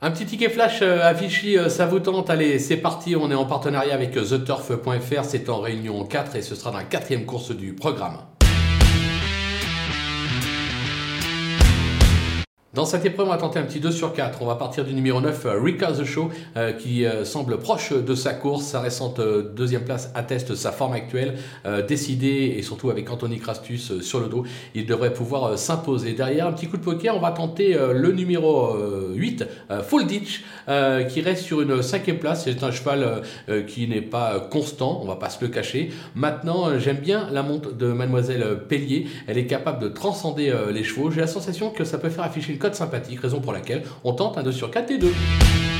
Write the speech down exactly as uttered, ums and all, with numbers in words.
Un petit ticket flash euh, à Vichy, euh, ça vous tente? Allez, c'est parti, on est en partenariat avec euh, the turf point f r, c'est en réunion quatre et ce sera dans la quatrième course du programme. Dans cette épreuve, on va tenter un petit deux sur quatre. On va partir du numéro neuf, Rika The Show, euh, qui euh, semble proche de sa course. Sa récente euh, deuxième place atteste sa forme actuelle. Euh, décidé, et surtout avec Anthony Crastus euh, sur le dos, il devrait pouvoir euh, s'imposer. Derrière, un petit coup de poker, on va tenter euh, le numéro euh, huit, euh, Full Ditch, euh, qui reste sur une cinquième place. C'est un cheval euh, qui n'est pas constant, on va pas se le cacher. Maintenant, euh, j'aime bien la monte de Mademoiselle Pellier. Elle est capable de transcender euh, les chevaux. J'ai la sensation que ça peut faire afficher une cote sympathique, raison pour laquelle on tente un deux sur quatre et deux.